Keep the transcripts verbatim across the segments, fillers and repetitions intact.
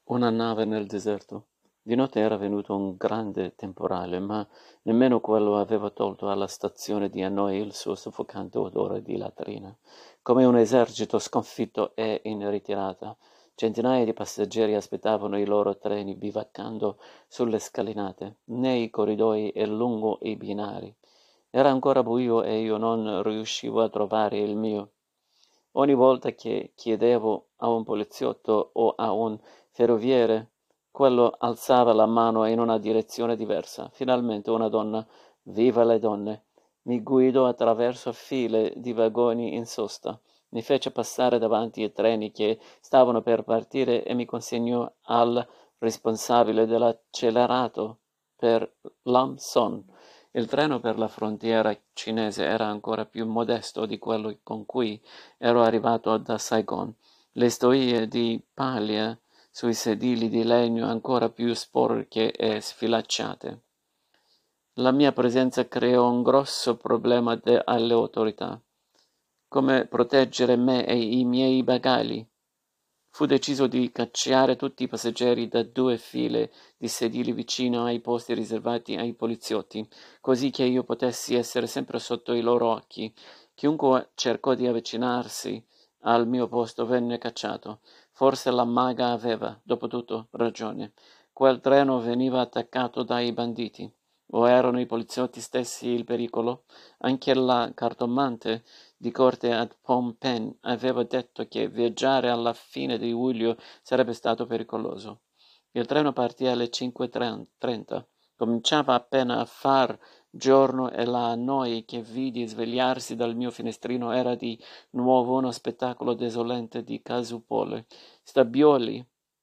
Una nave nel deserto. Di notte era venuto un grande temporale, ma nemmeno quello aveva tolto alla stazione di Hanoi il suo soffocante odore di latrina. Come un esercito sconfitto e in ritirata, centinaia di passeggeri aspettavano i loro treni bivaccando sulle scalinate, nei corridoi e lungo i binari. Era ancora buio e io non riuscivo a trovare il mio. Ogni volta che chiedevo a un poliziotto o a un ferroviere, quello alzava la mano in una direzione diversa. Finalmente una donna, viva le donne, mi guidò attraverso file di vagoni in sosta, mi fece passare davanti ai treni che stavano per partire e mi consegnò al responsabile dell'accelerato per Lam Son. Il treno per la frontiera cinese era ancora più modesto di quello con cui ero arrivato da Saigon. Le stoie di paglia sui sedili di legno ancora più sporche e sfilacciate. La mia presenza creò un grosso problema de- alle autorità. Come proteggere me e i miei bagagli? Fu deciso di cacciare tutti i passeggeri da due file di sedili vicino ai posti riservati ai poliziotti, così che io potessi essere sempre sotto i loro occhi. Chiunque cercò di avvicinarsi al mio posto venne cacciato. Forse la maga aveva, dopo tutto, ragione. Quel treno veniva attaccato dai banditi. O erano i poliziotti stessi il pericolo? Anche la cartomante di corte a Phnom Penh aveva detto che viaggiare alla fine di luglio sarebbe stato pericoloso. Il treno partì alle cinque e trenta. Cominciava appena a far giorno e la Hanoi che vidi svegliarsi dal mio finestrino era di nuovo uno spettacolo desolante di casupole, stabilii,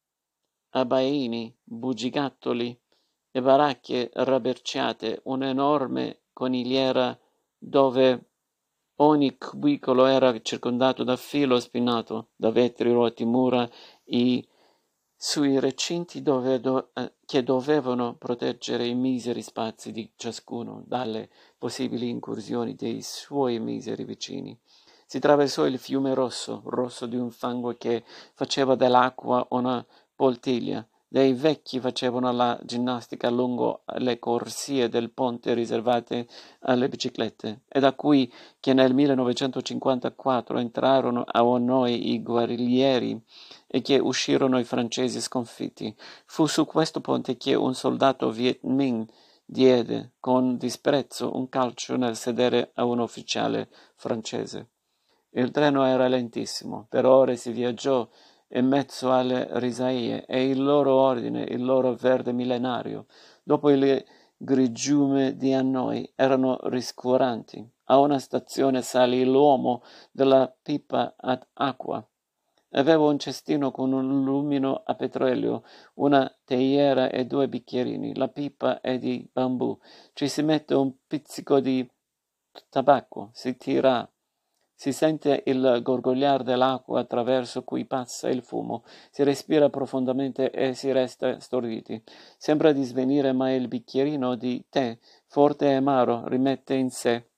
abbaini, bugigattoli e baracche rabberciate, un'enorme conigliera dove ogni cubicolo era circondato da filo spinato, da vetri rotti, mura i sui recinti dove do- eh, che dovevano proteggere i miseri spazi di ciascuno dalle possibili incursioni dei suoi miseri vicini. Si attraversò il fiume rosso, rosso di un fango che faceva dell'acqua una poltiglia. Dei vecchi facevano la ginnastica lungo le corsie del ponte riservate alle biciclette, e da cui che nel millenovecentocinquantaquattro entrarono a Hanoi i guerriglieri e che uscirono i francesi sconfitti. Fu su questo ponte che un soldato Viet Minh diede con disprezzo un calcio nel sedere a un ufficiale francese. Il treno era lentissimo, per ore si viaggiò in mezzo alle risaie e il loro ordine, il loro verde millenario, dopo il grigiume di Hanoi, erano riscuranti. A una stazione salì l'uomo della pipa ad acqua. Aveva un cestino con un lumino a petrolio, una teiera e due bicchierini. La pipa è di bambù. Ci si mette un pizzico di tabacco, si tira, si sente il gorgogliare dell'acqua attraverso cui passa il fumo, si respira profondamente e si resta storditi. Sembra di svenire, ma il bicchierino di tè, forte e amaro, rimette in sé.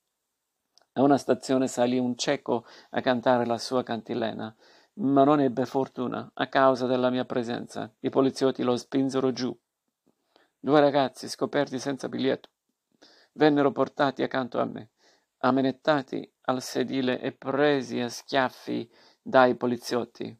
A una stazione salì un cieco a cantare la sua cantilena, ma non ebbe fortuna a causa della mia presenza. I poliziotti lo spinsero giù. Due ragazzi, scoperti senza biglietto, vennero portati accanto a me, ammanettati al sedile e presi a schiaffi dai poliziotti.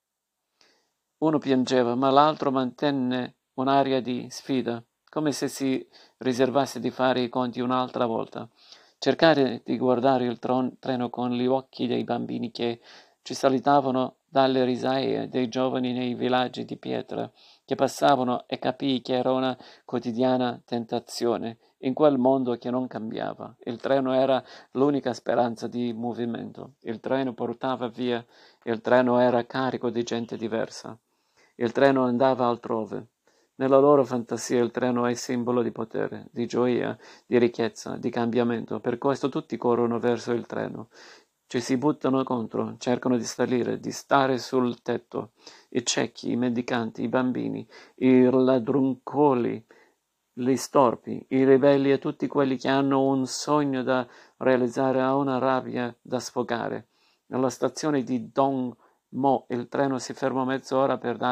Uno piangeva, ma l'altro mantenne un'aria di sfida, come se si riservasse di fare i conti un'altra volta. Cercare di guardare il tron- treno con gli occhi dei bambini che ci saltavano dalle risaie, dei giovani nei villaggi di pietra che passavano, e capii che era una quotidiana tentazione in quel mondo che non cambiava. Il treno era l'unica speranza di movimento. Il treno portava via, il treno era carico di gente diversa. Il treno andava altrove. Nella loro fantasia il treno è simbolo di potere, di gioia, di ricchezza, di cambiamento. Per questo tutti corrono verso il treno. Ci si buttano contro, cercano di salire, di stare sul tetto. I ciechi, i mendicanti, i bambini, i ladruncoli, gli storpi, i ribelli e tutti quelli che hanno un sogno da realizzare o una rabbia da sfogare. Nella stazione di Dong Mo il treno si fermò mezz'ora per dare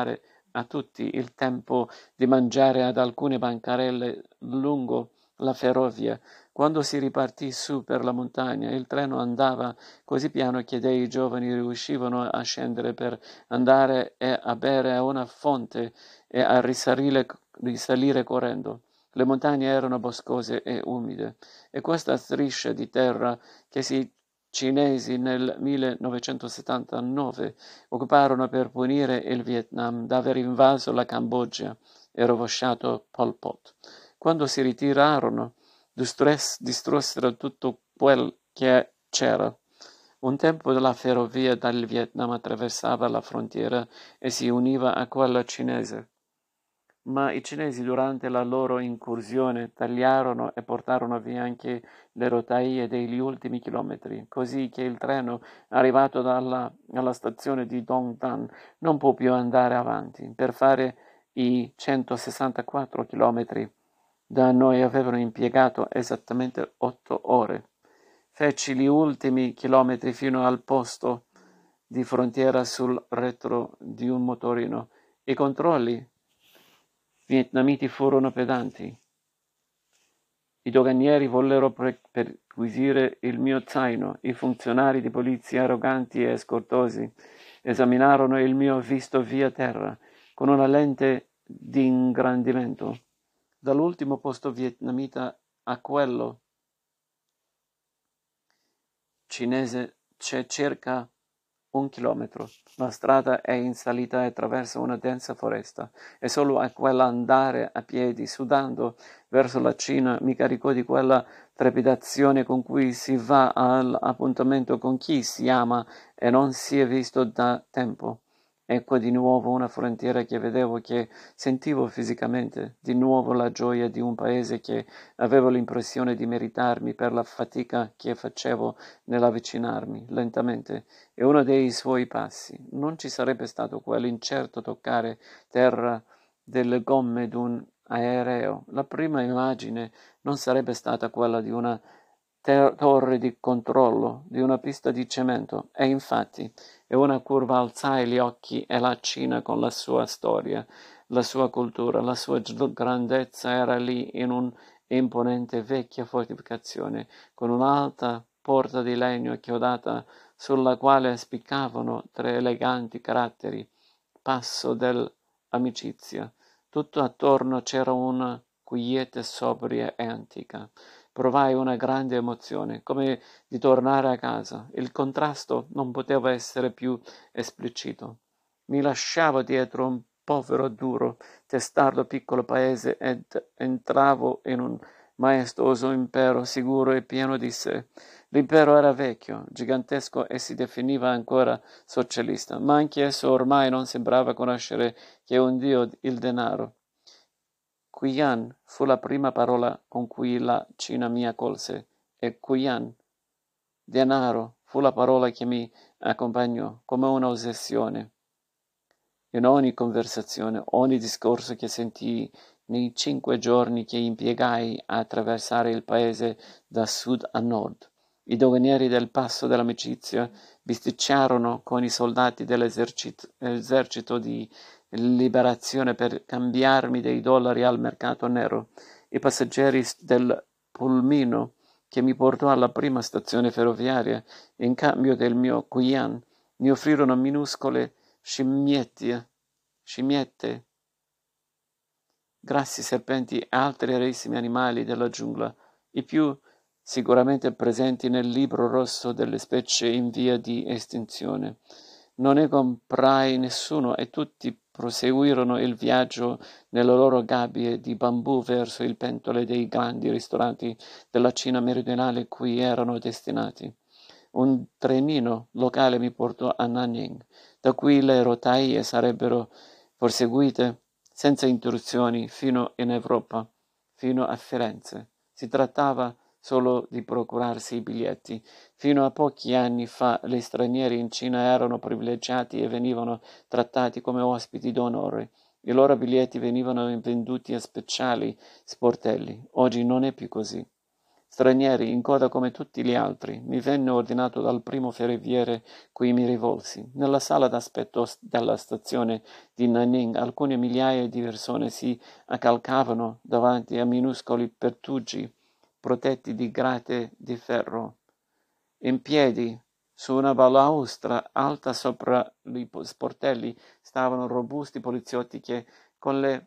a tutti il tempo di mangiare ad alcune bancarelle lungo la ferrovia. Quando si ripartì su per la montagna, il treno andava così piano che dei giovani riuscivano a scendere per andare e a bere a una fonte e a risalire, risalire correndo. Le montagne erano boscose e umide, e questa striscia di terra che si cinesi nel millenovecentosettantanove occuparono per punire il Vietnam d'aver invaso la Cambogia e rovesciato Pol Pot. Quando si ritirarono, distrussero tutto quel che c'era. Un tempo la ferrovia dal Vietnam attraversava la frontiera e si univa a quella cinese. Ma i cinesi durante la loro incursione tagliarono e portarono via anche le rotaie degli ultimi chilometri, così che il treno, arrivato dalla, alla stazione di Dong Dan, non può più andare avanti. Per fare i centosessantaquattro chilometri da noi avevano impiegato esattamente otto ore. Feci gli ultimi chilometri fino al posto di frontiera sul retro di un motorino. I controlli vietnamiti furono pedanti. I doganieri vollero pre- perquisire il mio zaino. I funzionari di polizia arroganti e scortosi esaminarono il mio visto via terra con una lente di ingrandimento. Dall'ultimo posto vietnamita a quello cinese c'è circa un chilometro. La strada è in salita e attraversa una densa foresta, e solo a quell'andare a piedi, sudando, verso la Cina, mi caricò di quella trepidazione con cui si va all'appuntamento con chi si ama e non si è visto da tempo. Ecco di nuovo una frontiera che vedevo, che sentivo fisicamente, di nuovo la gioia di un paese che avevo l'impressione di meritarmi per la fatica che facevo nell'avvicinarmi lentamente, e uno dei suoi passi. Non ci sarebbe stato quell'incerto toccare terra delle gomme d'un aereo. La prima immagine non sarebbe stata quella di una ter- torre di controllo, di una pista di cemento, e infatti e una curva alzai gli occhi, e la Cina con la sua storia, la sua cultura, la sua grandezza era lì in un'imponente vecchia fortificazione, con un'alta porta di legno chiodata sulla quale spiccavano tre eleganti caratteri, passo dell'amicizia. Tutto attorno c'era una quiete sobria e antica. Provai una grande emozione, come di tornare a casa. Il contrasto non poteva essere più esplicito. Mi lasciavo dietro un povero, duro, testardo piccolo paese ed entravo in un maestoso impero sicuro e pieno di sé. L'impero era vecchio, gigantesco e si definiva ancora socialista, ma anch'esso ormai non sembrava conoscere che un dio, il denaro. Quian fu la prima parola con cui la Cina mi accolse, e Quian, denaro, fu la parola che mi accompagnò come una ossessione. In ogni conversazione, ogni discorso che sentii nei cinque giorni che impiegai a attraversare il paese da sud a nord, i doganieri del passo dell'amicizia bisticciarono con i soldati dell'esercito di liberazione per cambiarmi dei dollari al mercato nero. I passeggeri del pulmino che mi portò alla prima stazione ferroviaria, in cambio del mio Quian, mi offrirono minuscole scimmiette, scimmiette, grassi serpenti e altri rarissimi animali della giungla, i più sicuramente presenti nel libro rosso delle specie in via di estinzione. Non ne comprai nessuno, e tutti proseguirono il viaggio nelle loro gabbie di bambù verso il pentole dei grandi ristoranti della Cina meridionale cui erano destinati. Un trenino locale mi portò a Nanning, da cui le rotaie sarebbero proseguite senza interruzioni fino in Europa, fino a Firenze. Si trattava solo di procurarsi i biglietti. Fino a pochi anni fa gli stranieri in Cina erano privilegiati e venivano trattati come ospiti d'onore. I loro biglietti venivano venduti a speciali sportelli. Oggi non è più così. stranieri in coda come tutti gli altri. Mi venne ordinato dal primo ferroviere cui mi rivolsi. Nella sala d'aspetto della stazione di Nanning alcune migliaia di persone si accalcavano davanti a minuscoli pertugi protetti di grate di ferro. In piedi, su una balaustra alta sopra gli sportelli, stavano robusti poliziotti che, con le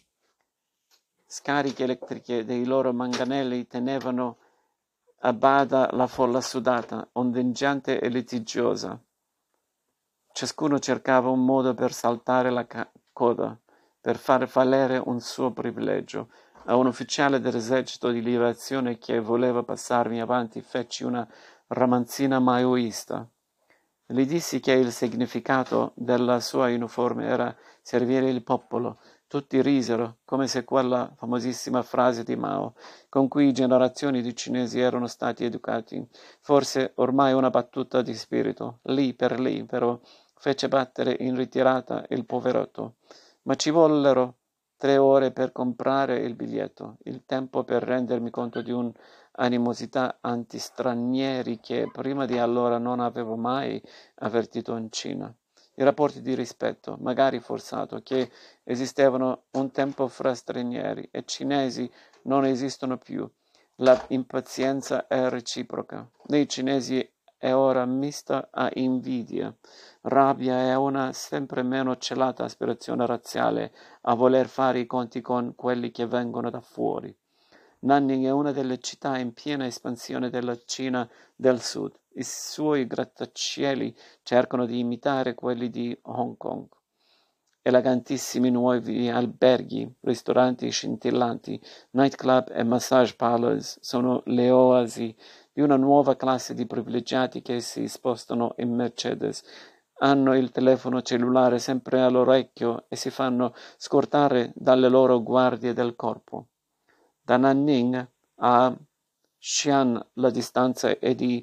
scariche elettriche dei loro manganelli, tenevano a bada la folla sudata, ondeggiante e litigiosa. Ciascuno cercava un modo per saltare la ca- coda, per far valere un suo privilegio. A un ufficiale dell'esercito di liberazione che voleva passarmi avanti feci una ramanzina maoista. Gli dissi che il significato della sua uniforme era servire il popolo. Tutti risero, come se quella famosissima frase di Mao, con cui generazioni di cinesi erano stati educati, fosse ormai una battuta di spirito. Lì per lì, però, fece battere in ritirata il poveretto. Ma ci vollero tre ore per comprare il biglietto, il tempo per rendermi conto di un'animosità antistranieri che prima di allora non avevo mai avvertito in Cina. I rapporti di rispetto, magari forzato, che esistevano un tempo fra stranieri e cinesi non esistono più. La impazienza è reciproca. Nei cinesi è ora mista a invidia, rabbia e una sempre meno celata aspirazione razziale a voler fare i conti con quelli che vengono da fuori. Nanning è una delle città in piena espansione della Cina del Sud. I suoi grattacieli cercano di imitare quelli di Hong Kong. Elegantissimi nuovi alberghi, ristoranti scintillanti, nightclub e massage parlors sono le oasi di una nuova classe di privilegiati che si spostano in Mercedes, hanno il telefono cellulare sempre all'orecchio e si fanno scortare dalle loro guardie del corpo. Da Nanning a Xi'an la distanza è di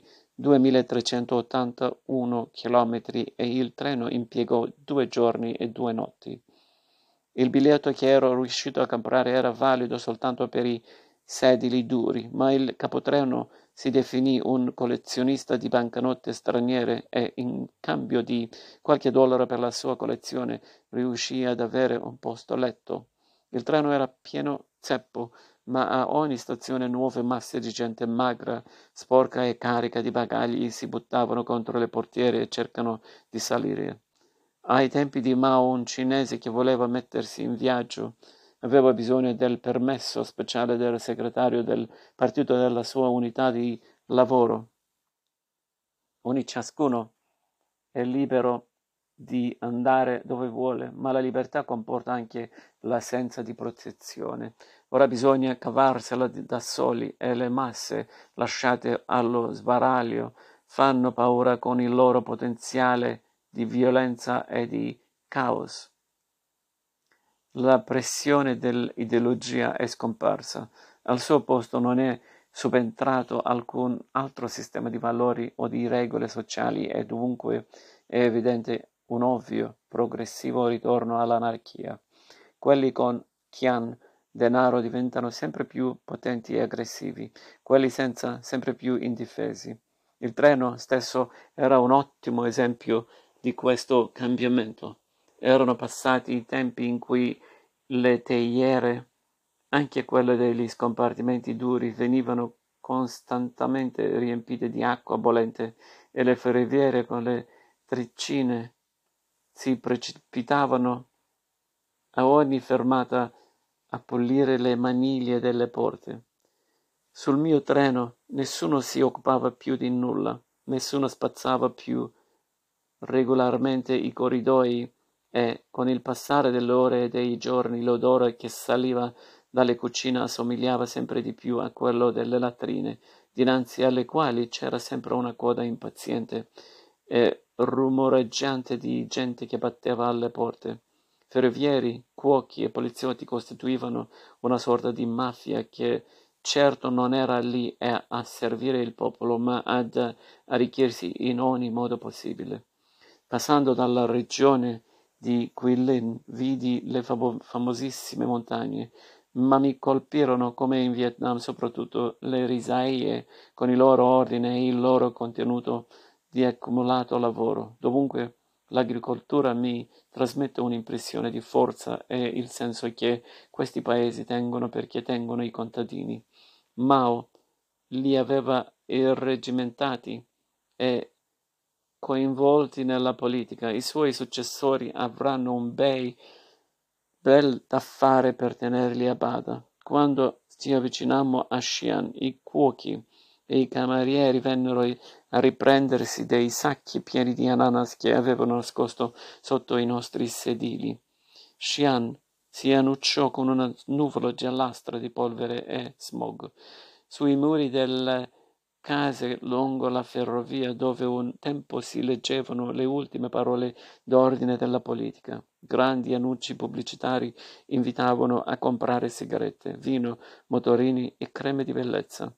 duemilatrecentottantuno chilometri e il treno impiegò due giorni e due notti. Il biglietto che ero riuscito a comprare era valido soltanto per i sedili duri, ma il capotreno si definì un collezionista di banconote straniere e, in cambio di qualche dollaro per la sua collezione, riuscì ad avere un posto letto. Il treno era pieno zeppo, ma a ogni stazione nuove masse di gente magra, sporca e carica di bagagli si buttavano contro le portiere e cercano di salire. Ai tempi di Mao un cinese che voleva mettersi in viaggio aveva bisogno del permesso speciale del segretario del partito della sua unità di lavoro. Ogni ciascuno è libero di andare dove vuole, ma la libertà comporta anche l'assenza di protezione. Ora bisogna cavarsela da soli e le masse lasciate allo sbaraglio fanno paura con il loro potenziale di violenza e di caos. La pressione dell'ideologia è scomparsa. Al suo posto non è subentrato alcun altro sistema di valori o di regole sociali e dunque è evidente un ovvio, progressivo ritorno all'anarchia. Quelli con Qian denaro diventano sempre più potenti e aggressivi, quelli senza sempre più indifesi. Il treno stesso era un ottimo esempio di questo cambiamento. Erano passati i tempi in cui le teiere, anche quelle degli scompartimenti duri, venivano costantemente riempite di acqua bollente e le ferroviere con le tricine si precipitavano a ogni fermata a pulire le maniglie delle porte. Sul mio treno nessuno si occupava più di nulla, nessuno spazzava più regolarmente i corridoi e, con il passare delle ore e dei giorni, l'odore che saliva dalle cucine assomigliava sempre di più a quello delle latrine, dinanzi alle quali c'era sempre una coda impaziente e rumoreggiante di gente che batteva alle porte. Ferrovieri, cuochi e poliziotti costituivano una sorta di mafia che certo non era lì a servire il popolo, ma ad arricchirsi in ogni modo possibile. Passando dalla regione di Guilin vidi le famo- famosissime montagne, ma mi colpirono come in Vietnam soprattutto le risaie con i loro ordini e il loro contenuto di accumulato lavoro. Dovunque l'agricoltura mi trasmette un'impressione di forza e il senso che questi paesi tengono perché tengono i contadini. Mao li aveva irreggimentati e coinvolti nella politica. I suoi successori avranno un bei bel da fare per tenerli a bada. Quando ci avvicinammo a Xi'an, i cuochi e i camerieri vennero a riprendersi dei sacchi pieni di ananas che avevano nascosto sotto i nostri sedili. Xi'an si annucciò con una nuvola giallastra di polvere e smog. Sui muri delle case lungo la ferrovia, dove un tempo si leggevano le ultime parole d'ordine della politica, grandi annunci pubblicitari invitavano a comprare sigarette, vino, motorini e creme di bellezza.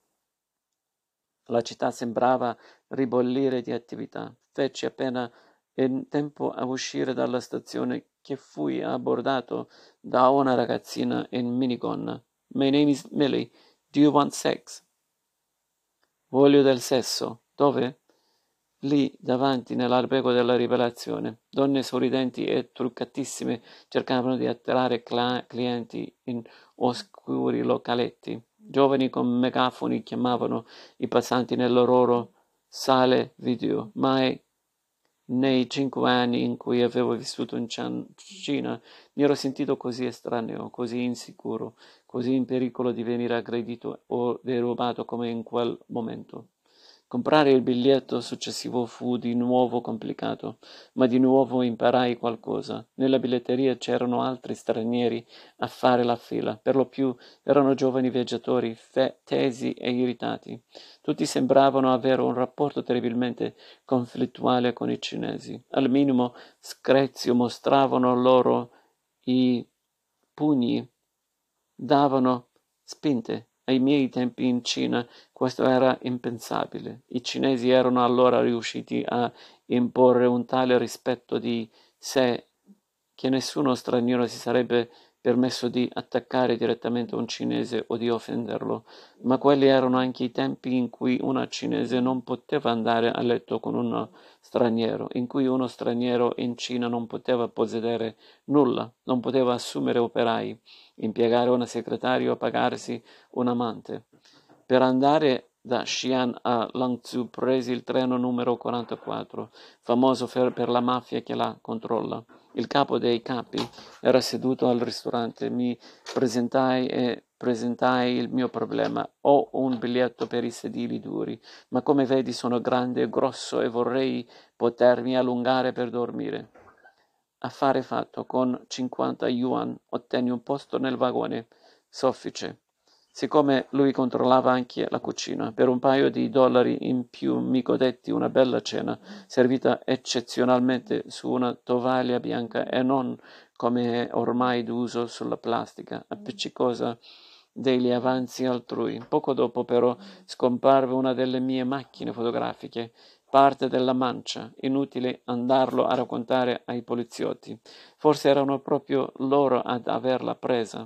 La città sembrava ribollire di attività. Feci appena in tempo a uscire dalla stazione che fui abbordato da una ragazzina in minigonna. My name is Millie. Do you want sex? Voglio del sesso. Dove? Lì, davanti, nell'albergo della rivelazione, donne sorridenti e truccatissime cercavano di attirare cla- clienti in oscuri localetti. Giovani con megafoni chiamavano i passanti nelle loro sale video. Mai nei cinque anni in cui avevo vissuto in Cina mi ero sentito così estraneo, così insicuro, così in pericolo di venire aggredito o derubato come in quel momento. Comprare il biglietto successivo fu di nuovo complicato, ma di nuovo imparai qualcosa. Nella biglietteria c'erano altri stranieri a fare la fila, per lo più erano giovani viaggiatori, fe- tesi e irritati. Tutti sembravano avere un rapporto terribilmente conflittuale con i cinesi. Al minimo screzio mostravano loro i pugni, davano spinte. Ai miei tempi in Cina questo era impensabile. I cinesi erano allora riusciti a imporre un tale rispetto di sé che nessuno straniero si sarebbe permesso di attaccare direttamente un cinese o di offenderlo, ma quelli erano anche i tempi in cui una cinese non poteva andare a letto con uno straniero, in cui uno straniero in Cina non poteva possedere nulla, non poteva assumere operai, impiegare una segretaria o pagarsi un amante. Per andare da Xi'an a Langzhou presi il treno numero quarantaquattro, famoso per, per la mafia che la controlla. Il capo dei capi era seduto al ristorante, mi presentai e presentai il mio problema. Ho un biglietto per i sedili duri, ma come vedi sono grande e grosso e vorrei potermi allungare per dormire. Affare fatto, con cinquanta yuan ottenni un posto nel vagone soffice. Siccome lui controllava anche la cucina, per un paio di dollari in più mi godetti una bella cena, servita eccezionalmente su una tovaglia bianca e non, come è ormai d'uso, sulla plastica, appiccicosa degli avanzi altrui. Poco dopo però scomparve una delle mie macchine fotografiche, parte della mancia, inutile andarlo a raccontare ai poliziotti. Forse erano proprio loro ad averla presa.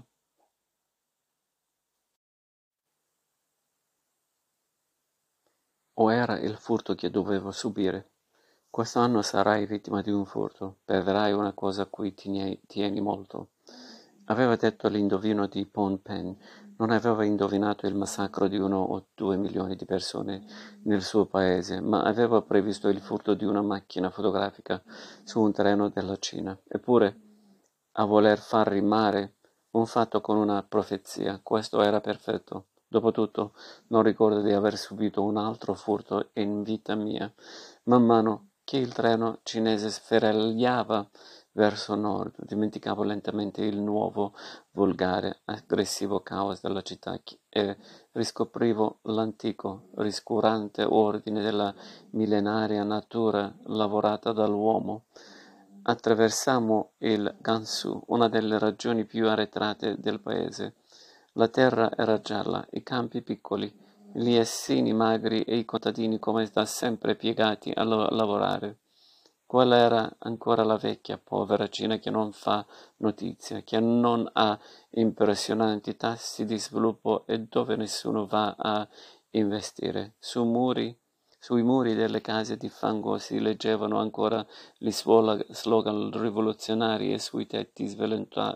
O era il furto che dovevo subire? Quest'anno sarai vittima di un furto, perderai una cosa a cui tieni, tieni molto. Aveva detto l'indovino di Phnom Penh, non aveva indovinato il massacro di uno o due milioni di persone nel suo paese, ma aveva previsto il furto di una macchina fotografica su un treno della Cina. Eppure, a voler far rimare un fatto con una profezia, questo era perfetto. Dopotutto, non ricordo di aver subito un altro furto in vita mia. Man mano che il treno cinese sferragliava verso nord, dimenticavo lentamente il nuovo, volgare, aggressivo caos della città e riscoprivo l'antico, riscurante ordine della millenaria natura lavorata dall'uomo. Attraversammo il Gansu, una delle regioni più arretrate del paese. La terra era gialla, i campi piccoli, gli essini magri e i contadini come da sempre piegati a lo- lavorare. Quella era ancora la vecchia, povera Cina che non fa notizia, che non ha impressionanti tassi di sviluppo e dove nessuno va a investire. Su muri, sui muri delle case di fango si leggevano ancora gli svola- slogan rivoluzionari e sui tetti svelenta-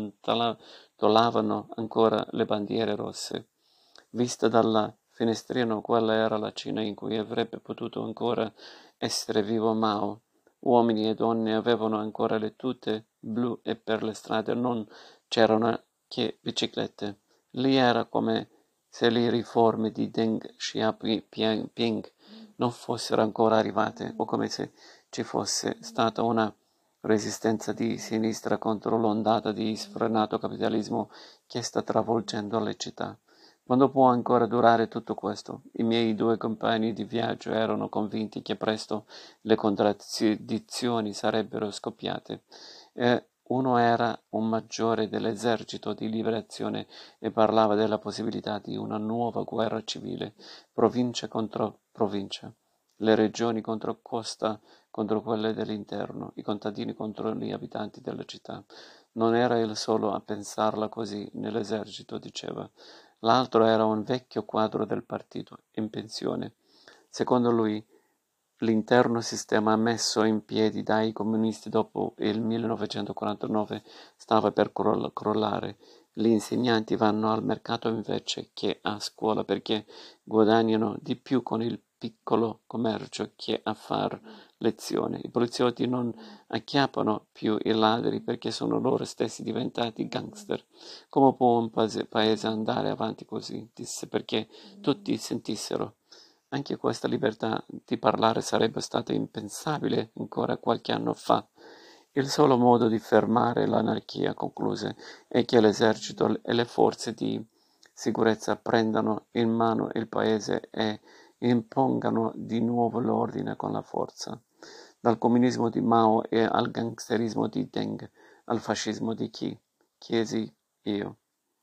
sventalavano ancora le bandiere rosse. Vista dalla finestrino, quella era la Cina in cui avrebbe potuto ancora essere vivo Mao. Uomini e donne avevano ancora le tute blu e per le strade non c'erano che biciclette. Lì era come se le riforme di Deng Xiaoping non fossero ancora arrivate, o come se ci fosse stata una resistenza di sinistra contro l'ondata di sfrenato capitalismo che sta travolgendo le città. Quando può ancora durare tutto questo? I miei due compagni di viaggio erano convinti che presto le contraddizioni sarebbero scoppiate. E uno era un maggiore dell'esercito di liberazione e parlava della possibilità di una nuova guerra civile, provincia contro provincia, le regioni contro costa contro quelle dell'interno, i contadini contro gli abitanti della città. Non era il solo a pensarla così nell'esercito, diceva. L'altro era un vecchio quadro del partito, in pensione. Secondo lui, l'intero sistema messo in piedi dai comunisti dopo il millenovecentoquarantanove stava per crollare. Gli insegnanti vanno al mercato invece che a scuola perché guadagnano di più con il piccolo commercio che a far lezione. I poliziotti non acchiappano più i ladri perché sono loro stessi diventati gangster. Come può un paese, paese andare avanti così? Disse perché tutti sentissero. Anche questa libertà di parlare sarebbe stata impensabile ancora qualche anno fa. Il solo modo di fermare l'anarchia, concluse, è che l'esercito e le forze di sicurezza prendano in mano il paese e impongano di nuovo l'ordine con la forza. Dal comunismo di Mao e al gangsterismo di Deng, al fascismo di chi? Chiesi io.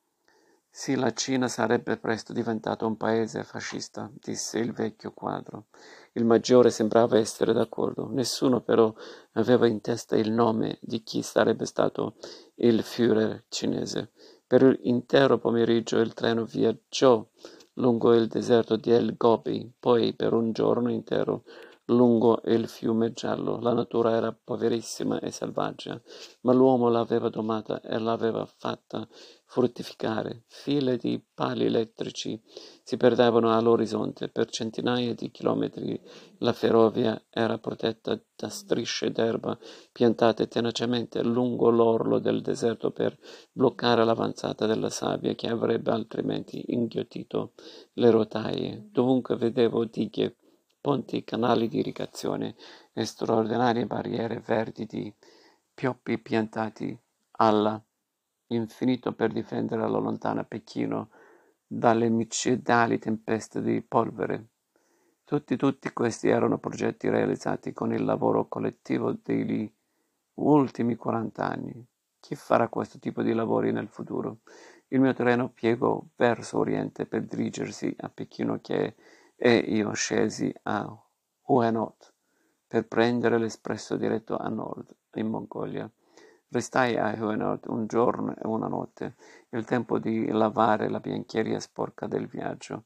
Sì, la Cina sarebbe presto diventato un paese fascista, disse il vecchio quadro. Il maggiore sembrava essere d'accordo. Nessuno però aveva in testa il nome di chi sarebbe stato il Führer cinese. Per l'intero pomeriggio il treno viaggiò lungo il deserto di El Gobi, poi per un giorno intero lungo il fiume giallo. La natura era poverissima e selvaggia, ma l'uomo l'aveva domata e l'aveva fatta fruttificare. File di pali elettrici si perdevano all'orizzonte per centinaia di chilometri. La ferrovia era protetta da strisce d'erba piantate tenacemente lungo l'orlo del deserto per bloccare l'avanzata della sabbia che avrebbe altrimenti inghiottito le rotaie. Dovunque vedevo dighe, ponti, canali di irrigazione e straordinarie barriere verdi di pioppi piantati alla infinito per difendere la lontana Pechino dalle micidiali tempeste di polvere. Tutti, tutti questi erano progetti realizzati con il lavoro collettivo degli ultimi quaranta anni. Chi farà questo tipo di lavori nel futuro? Il mio treno piegò verso oriente per dirigersi a Pechino che e io scesi a Huenot per prendere l'espresso diretto a nord, in Mongolia. Restai a Huenot un giorno e una notte, il tempo di lavare la biancheria sporca del viaggio,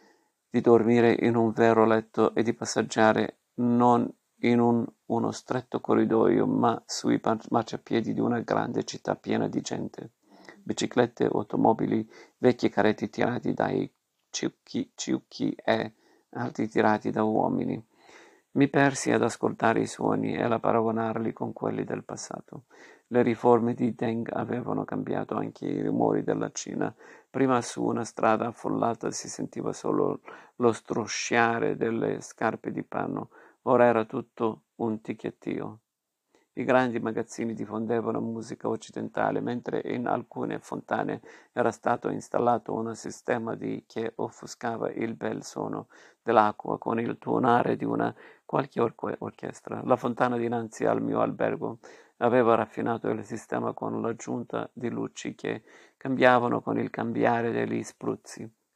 di dormire in un vero letto e di passeggiare non in un, uno stretto corridoio, ma sui marciapiedi di una grande città piena di gente. Biciclette, automobili, vecchi carretti tirati dai ciucchi, ciucchi e altri tirati da uomini. Mi persi ad ascoltare i suoni e a paragonarli con quelli del passato. Le riforme di Deng avevano cambiato anche i rumori della Cina. Prima su una strada affollata si sentiva solo lo strosciare delle scarpe di panno, ora era tutto un ticchettio. I grandi magazzini diffondevano musica occidentale, mentre in alcune fontane era stato installato un sistema di che offuscava il bel suono dell'acqua con il tuonare di una qualche orque- orchestra. La fontana dinanzi al mio albergo aveva raffinato il sistema con l'aggiunta di luci che cambiavano con il cambiare degli spruzzi.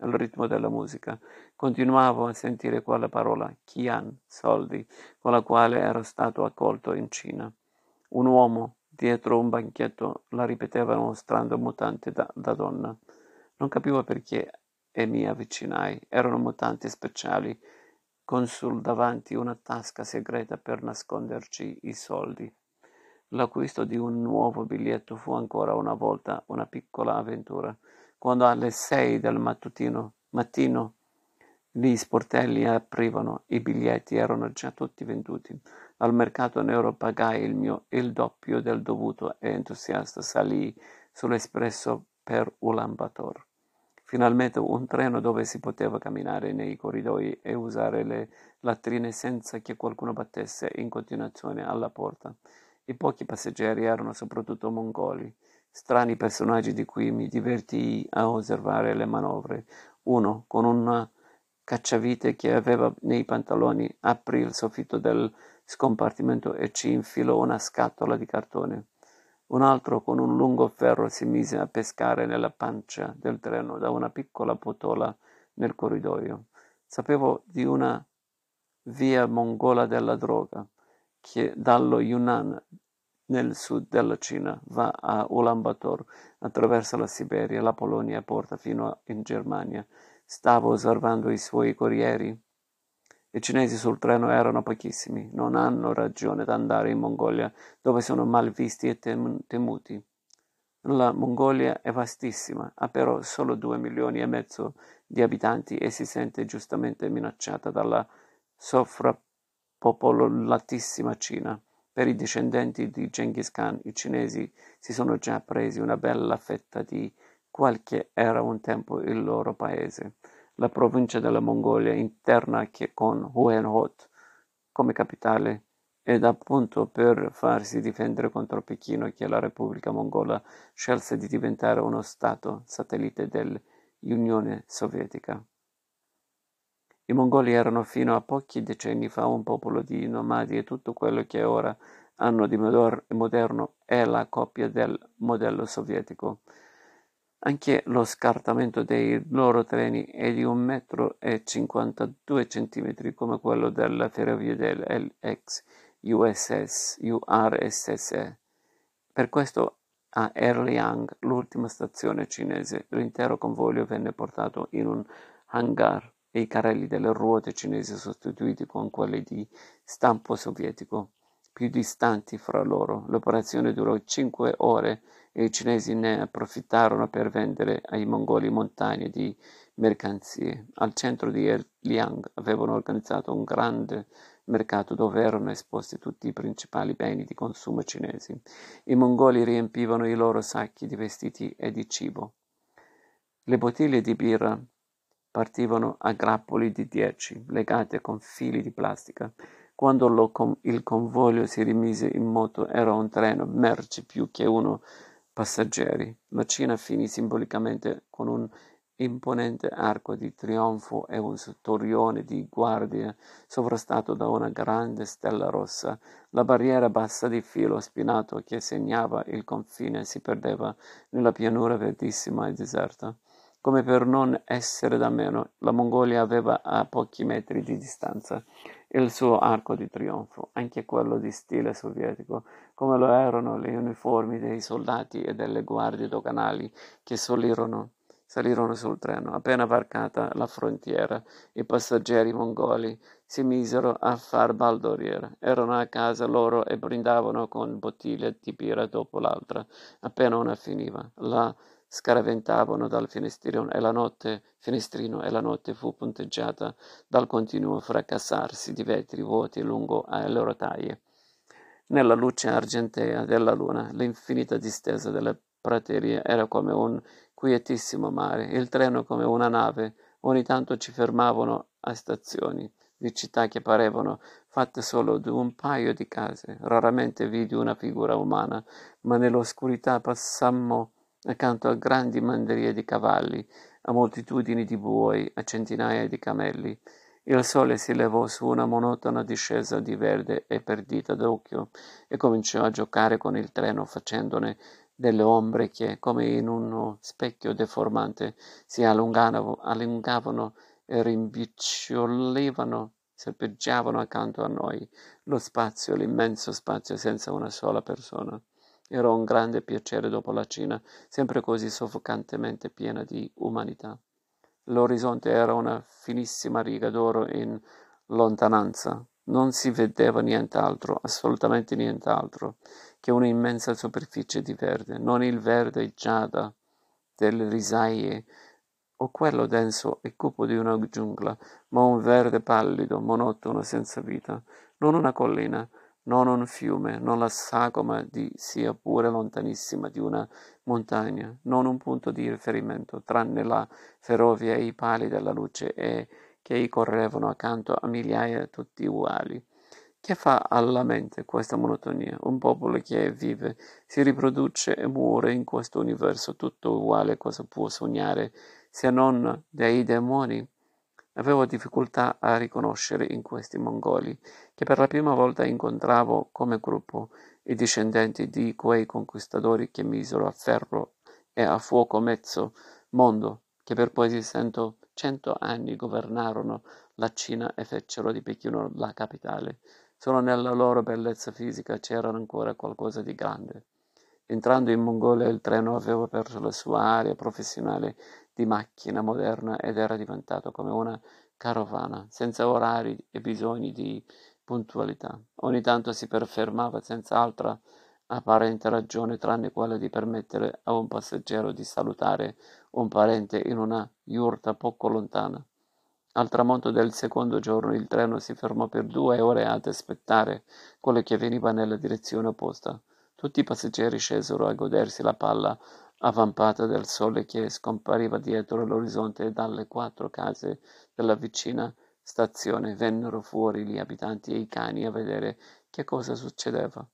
al ritmo della musica. Continuavo a sentire quella parola, Qian, soldi, con la quale ero stato accolto in Cina. Un uomo, dietro un banchetto, la ripeteva mostrando mutanti da, da donna. Non capivo perché e mi avvicinai. Erano mutanti speciali, con sul davanti una tasca segreta per nasconderci i soldi. L'acquisto di un nuovo biglietto fu ancora una volta una piccola avventura. Quando alle sei del mattutino, mattino gli sportelli aprivano, i biglietti erano già tutti venduti. Al mercato nero pagai il mio il doppio del dovuto e entusiasta salii sull'espresso per Ulaanbaatar. Finalmente un treno dove si poteva camminare nei corridoi e usare le latrine senza che qualcuno battesse in continuazione alla porta. I pochi passeggeri erano soprattutto mongoli, strani personaggi di cui mi divertii a osservare le manovre. Uno, con una cacciavite che aveva nei pantaloni, aprì il soffitto del scompartimento e ci infilò una scatola di cartone. Un altro, con un lungo ferro, si mise a pescare nella pancia del treno da una piccola botola nel corridoio. Sapevo di una via mongola della droga che dallo Yunnan nel sud della Cina va a Ulaanbaatar, attraversa la Siberia, la Polonia e porta fino in Germania. Stavo osservando i suoi corrieri. I cinesi sul treno erano pochissimi, non hanno ragione d'andare in Mongolia, dove sono mal visti e tem- temuti. La Mongolia è vastissima, ha però solo due milioni e mezzo di abitanti e si sente giustamente minacciata dalla sovrappopolatissima Cina. Per i discendenti di Genghis Khan, i cinesi si sono già presi una bella fetta di quel che era un tempo il loro paese, la provincia della Mongolia interna che con Huayn Hot come capitale ed appunto per farsi difendere contro Pechino che la Repubblica Mongola scelse di diventare uno stato satellite dell'Unione Sovietica. I mongoli erano fino a pochi decenni fa un popolo di nomadi e tutto quello che ora hanno di moderno è la copia del modello sovietico. Anche lo scartamento dei loro treni è di un metro e cinquantadue centimetri come quello della ferrovia dell'ex U S S, U R S S. Per questo a Erliang, l'ultima stazione cinese, l'intero convoglio venne portato in un hangar e i carrelli delle ruote cinesi sostituiti con quelli di stampo sovietico, più distanti fra loro. L'operazione durò cinque ore e i cinesi ne approfittarono per vendere ai mongoli montagne di mercanzie. Al centro di Erliang avevano organizzato un grande mercato dove erano esposti tutti i principali beni di consumo cinesi. I mongoli riempivano i loro sacchi di vestiti e di cibo. Le bottiglie di birra partivano a grappoli di dieci, legate con fili di plastica. Quando lo com- il convoglio si rimise in moto era un treno merci più che uno passeggeri. La Cina finì simbolicamente con un imponente arco di trionfo e un torrione di guardie sovrastato da una grande stella rossa. La barriera bassa di filo spinato che segnava il confine si perdeva nella pianura verdissima e deserta. Come per non essere da meno, la Mongolia aveva a pochi metri di distanza il suo arco di trionfo, anche quello di stile sovietico, come lo erano le uniformi dei soldati e delle guardie doganali che salirono, salirono sul treno. Appena varcata la frontiera, i passeggeri mongoli si misero a far baldoriera. Erano a casa loro e brindavano con bottiglie di birra dopo l'altra. Appena una finiva, la scaraventavano dal finestrino e la notte, finestrino e la notte fu punteggiata dal continuo fracassarsi di vetri vuoti lungo le rotaie. Nella luce argentea della luna, l'infinita distesa delle praterie era come un quietissimo mare, il treno come una nave. Ogni tanto ci fermavano a stazioni di città che parevano fatte solo di un paio di case. Raramente vidi una figura umana, ma nell'oscurità passammo accanto a grandi manderie di cavalli, a moltitudini di buoi, a centinaia di camelli. Il sole si levò su una monotona discesa di verde e perdita d'occhio e cominciò a giocare con il treno facendone delle ombre che, come in uno specchio deformante, si allungavano, allungavano e rimpiccioливano, serpeggiavano accanto a noi, lo spazio, l'immenso spazio senza una sola persona. Era un grande piacere dopo la cena, sempre così soffocantemente piena di umanità. L'orizzonte era una finissima riga d'oro in lontananza. Non si vedeva nient'altro, assolutamente nient'altro, che un'immensa superficie di verde, non il verde giada delle risaie o quello denso e cupo di una giungla, ma un verde pallido, monotono, senza vita, non una collina, non un fiume, non la sagoma di sia pure lontanissima di una montagna, non un punto di riferimento, tranne la ferrovia e i pali della luce e che correvano accanto a migliaia tutti uguali. Che fa alla mente questa monotonia? Un popolo che vive, si riproduce e muore in questo universo tutto uguale, cosa può sognare se non dei demoni? Avevo difficoltà a riconoscere in questi mongoli, che per la prima volta incontravo come gruppo, i discendenti di quei conquistadori che misero a ferro e a fuoco mezzo mondo, che per quasi cento, cento anni governarono la Cina e fecero di Pechino la capitale. Solo nella loro bellezza fisica c'era ancora qualcosa di grande. Entrando in Mongolia il treno aveva perso la sua aria professionale di macchina moderna ed era diventato come una carovana, senza orari e bisogni di puntualità. Ogni tanto si fermava senza altra apparente ragione tranne quella di permettere a un passeggero di salutare un parente in una yurta poco lontana. Al tramonto del secondo giorno il treno si fermò per due ore ad aspettare quello che veniva nella direzione opposta. Tutti i passeggeri scesero a godersi la palla avvampata del sole che scompariva dietro l'orizzonte e dalle quattro case della vicina stazione vennero fuori gli abitanti e i cani a vedere che cosa succedeva.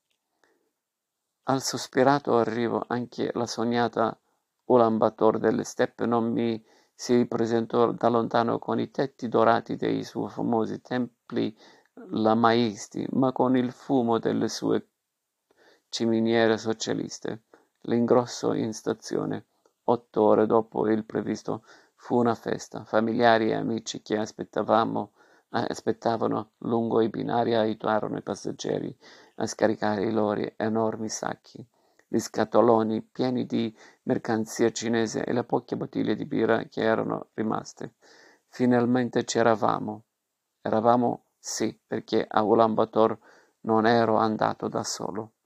Al sospirato arrivo anche la sognata Ulaanbaatar delle steppe non mi si presentò da lontano con i tetti dorati dei suoi famosi templi lamaisti, ma con il fumo delle sue ciminiere socialiste. L'ingrosso in stazione, otto ore dopo il previsto, fu una festa. Familiari e amici che aspettavamo, aspettavano lungo i binari aiutarono i passeggeri a scaricare i loro enormi sacchi. Gli scatoloni pieni di mercanzia cinese e le poche bottiglie di birra che erano rimaste. Finalmente c'eravamo. Eravamo sì, perché a Ulaanbaatar non ero andato da solo.